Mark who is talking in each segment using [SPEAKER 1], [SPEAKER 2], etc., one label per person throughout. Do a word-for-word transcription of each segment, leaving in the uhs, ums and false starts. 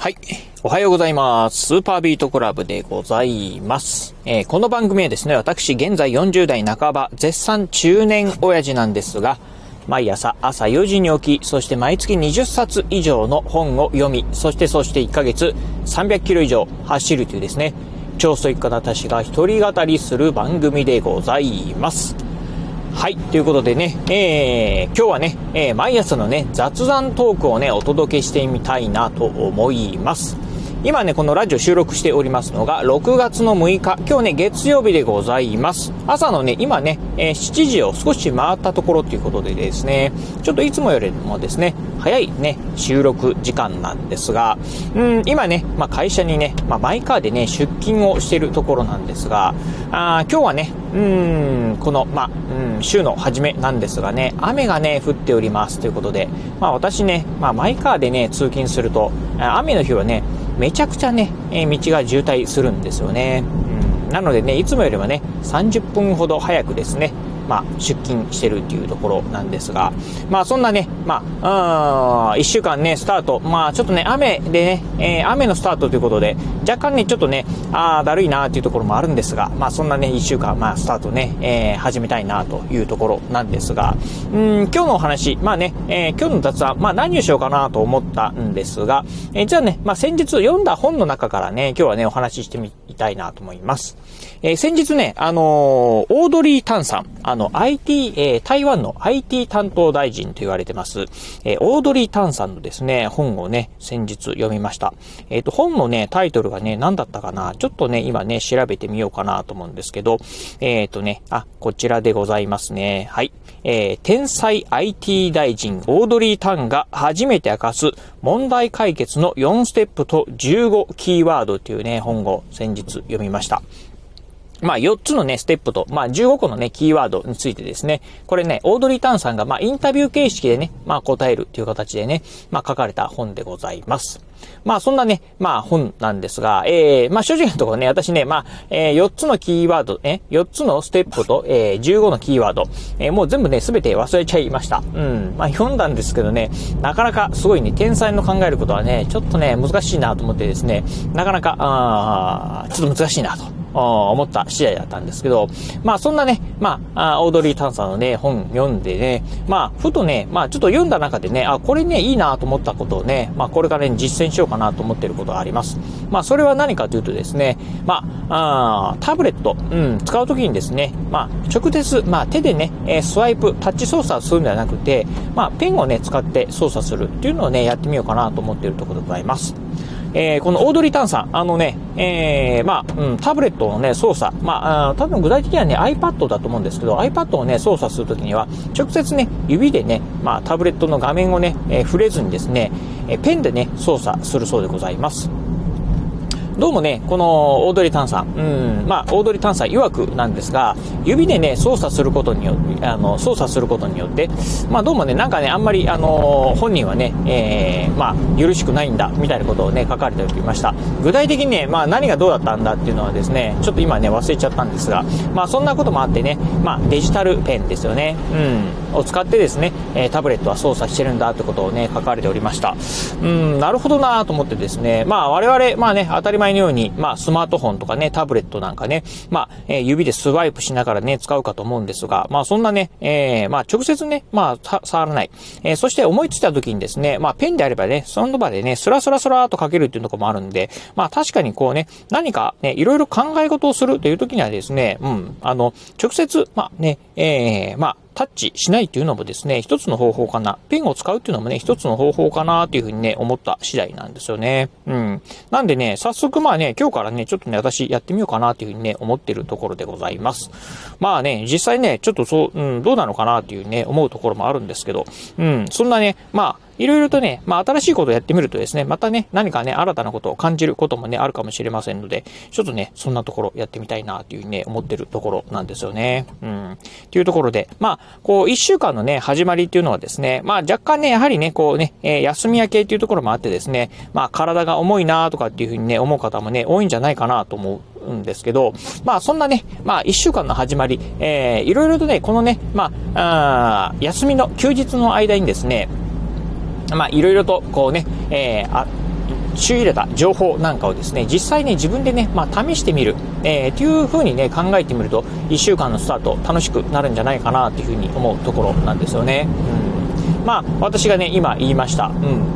[SPEAKER 1] はい。おはようございます。スーパービートクラブでございます。えー、この番組はですね、私現在よんじゅう代半ば、絶賛中年親父なんですが、毎朝朝よじに起き、そして毎月にじゅっさつ以上の本を読み、そしてそしていっかげつさんびゃっキロ以上走るというですね、超ストイックな私が一人語りする番組でございます。はい。ということでね、えー、今日はね、えー、毎朝のね、雑談トークをね、お届けしてみたいなと思います。今ね、このラジオ収録しておりますのが、ろくがつのむいか、今日ね、月曜日でございます。朝のね、今ね、えー、しちじを少し回ったところということでですね、ちょっといつもよりもですね、早いね、収録時間なんですが、うん、今ね、まあ、会社にね、まあ、マイカーでね、出勤をしているところなんですが、あ今日はね、うーん、この、まあ、うん、週の初めなんですがね、雨がね、降っておりますということで、まあ、私ね、まあ、マイカーでね、通勤すると、雨の日はね、めちゃくちゃね、えー、道が渋滞するんですよね、うん。なのでね、いつもよりはね、さんじゅっぷんほど早くですね、まあ、出勤してるっていうところなんですが、まあ、そんなね、まあ、いっしゅうかんね、スタート、まあ、ちょっとね、雨でね、えー、雨のスタートということで、若干ね、ちょっとね、あー、だるいなっていうところもあるんですが、まあ、そんなね、いっしゅうかん、まあ、スタートね、えー、始めたいなというところなんですが、うん、今日のお話、まあね、えー、今日の雑談、まあ、何をしようかなと思ったんですが、えー、じゃあね、まあ、先日読んだ本の中からね、今日はね、お話ししてみたいなと思います。えー、先日ね、あのー、オードリー・タンさん、あの、アイティー、えー、台湾の アイティー 担当大臣と言われてます、えー、オードリー・タンさんのですね、本をね、先日読みました。えっと、本のね、タイトルがね、何だったかな、ちょっとね、今ね、調べてみようかなと思うんですけど、えっとね、あ、こちらでございますね。はい。えー、天才 アイティー 大臣、オードリー・タンが初めて明かす問題解決のよんステップとじゅうごキーワードというね、本を先日読みました。まあ、よっつのね、ステップと、まあ、じゅうごこのね、キーワードについてですね、これね、オードリー・タンさんが、まあ、インタビュー形式でね、まあ、答えるという形でね、まあ、書かれた本でございます。まあ、そんなね、まあ、本なんですが、えー、まあ、正直なところね、私ね、まあ、えー、よっつのキーワード、え、よっつのステップと、えー、じゅうごのキーワード、えー、もう全部ね、すべて忘れちゃいました。うん。まあ、読んだんですけどね、なかなかすごいね、天才の考えることはね、ちょっとね、難しいなと思ってですね、なかなか、あー、ちょっと難しいなと。思った次第だったんですけど、まあそんなね、まあ、オードリー・タンさんのね、本読んでね、まあ、ふとね、まあちょっと読んだ中でね、あ、これね、いいなと思ったことをね、まあこれからね、実践しようかなと思っていることがあります。まあそれは何かというとですね、まあ、あタブレット、うん、使うときにですね、まあ直接、まあ手でね、えー、スワイプ、タッチ操作するんではなくて、まあペンをね、使って操作するっていうのをね、やってみようかなと思っているところでございます。えー、このオードリー・タンさん、あのね、えー、まあ、うん、タブレットのね、操作、まあ、あ多分具体的にはね、iPad だと思うんですけど、iPad をね、操作するときには、直接ね、指でね、まあ、タブレットの画面をね、えー、触れずにですね、えー、ペンでね、操作するそうでございます。どうもね、このオードリー・タンさん、うん、まあ、オードリー・タンさん曰くなんですが、指でね、操作することによって、あの、操作することによって、まあ、どうもね、なんかね、あんまり、あの、本人はね、えー、まあ、よろしくないんだ、みたいなことをね、書かれておりました。具体的にね、まあ、何がどうだったんだっていうのはですね、ちょっと今ね、忘れちゃったんですが、まあ、そんなこともあってね、まあ、デジタルペンですよね、うん、を使ってですね、えー、タブレットは操作してるんだってことをね、書かれておりました。うん、なるほどなと思ってですね、まあ、我々、まあね、当たり前のように、まあ、スマートフォンとかね、タブレットなんかね、まあ、えー、指でスワイプしながらね、使うかと思うんですが、まあ、そんなね、えー、まあ、直接ね、まあ、触らない。えー、そして思いついた時にですね、まあ、ペンであればね、その場でね、スラスラスラーと書けるっていうところもあるんで、まあ、確かにこうね、何かね、いろいろ考え事をするという時にはですね、うん、あの、直接、まあね、えー、まあ、タッチしないっていうのもですね、一つの方法かな。ペンを使うっていうのもね、一つの方法かなっていうふうにね、思った次第なんですよね。うん。なんでね、早速まあね、今日からね、ちょっとね、私やってみようかなっていうふうにね、思ってるところでございます。まあね、実際ね、ちょっとそう、うん、どうなのかなっていうね、思うところもあるんですけど、うん、そんなね、まあ、いろいろとね、まあ新しいことをやってみるとですね、またね、何かね、新たなことを感じることもね、あるかもしれませんので、ちょっとね、そんなところやってみたいなっていうふうにね、思ってるところなんですよね。うん。っていうところで、まあ、こう、一週間のね、始まりっていうのはですね、まあ若干ね、やはりね、こうね、えー、休み明けっていうところもあってですね、まあ体が重いなとかっていうふうにね、思う方もね、多いんじゃないかなと思うんですけど、まあそんなね、まあ一週間の始まり、えー、いろいろとね、このね、まあ、あ休みの休日の間にですね、まあいろいろとこうね、えー、あ仕入れた情報なんかをですね、実際ね、自分でね、まあ、試してみる、えー、っていう風にね、考えてみると、いっしゅうかんのスタート、楽しくなるんじゃないかな、っていう風に思うところなんですよね。うん、まあ、私がね、今言いました、うん、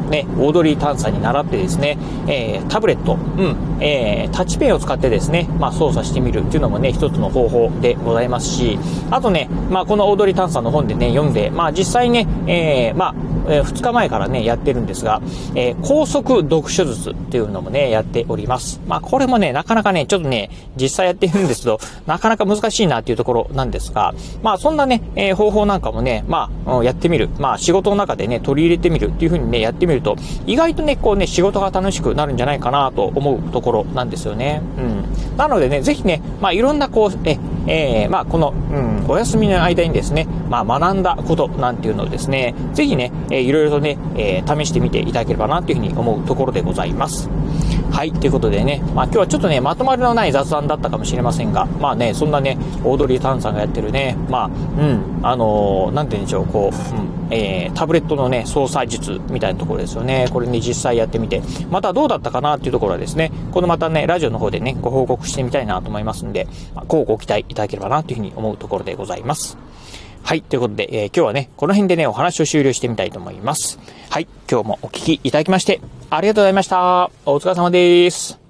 [SPEAKER 1] ね、オードリー探査に倣ってですね、えー、タブレット、うん、えー、タッチペンを使ってですね、まあ、操作してみるっていうのもね、一つの方法でございますし、あとね、まあ、このオードリー探査の本でね、読んで、まあ、実際ね、えー、まあ、えー、ふつかまえからね、やってるんですが、えー、高速読書術っていうのもね、やっております。まあ、これもね、なかなかね、ちょっとね、実際やってるんですけど、なかなか難しいなっていうところなんですが、まあ、そんなね、えー、方法なんかもね、まあ、やってみる。まあ、仕事の中でね、取り入れてみるっていう風にね、やってみると、意外とね、こうね、仕事が楽しくなるんじゃないかなと思うところなんですよね。うん。なのでね、ぜひね、まあ、いろんなこう、え、えー、まあ、この、うん、お休みの間にですね、まあ、学んだことなんていうのをですね、ぜひね、えー、いろいろとね、えー、試してみていただければなというふうに思うところでございます。はい、ということでね、まあ今日はちょっとね、まとまりのない雑談だったかもしれませんが、まあね、そんなね、オードリー・タンさんがやってるね、まあ、うん、あのー、なんて言うんでしょう、こう、うん、えー、タブレットのね、操作術みたいなところですよね。これに実際やってみて、またどうだったかなっていうところはですね、このまたね、ラジオの方でね、ご報告してみたいなと思いますんで、まあ、こうご期待いただければなというふうに思うところでございます。はい。ということで、えー、今日はね、この辺でね、お話を終了してみたいと思います。はい。今日もお聞きいただきまして、ありがとうございました。お疲れ様です。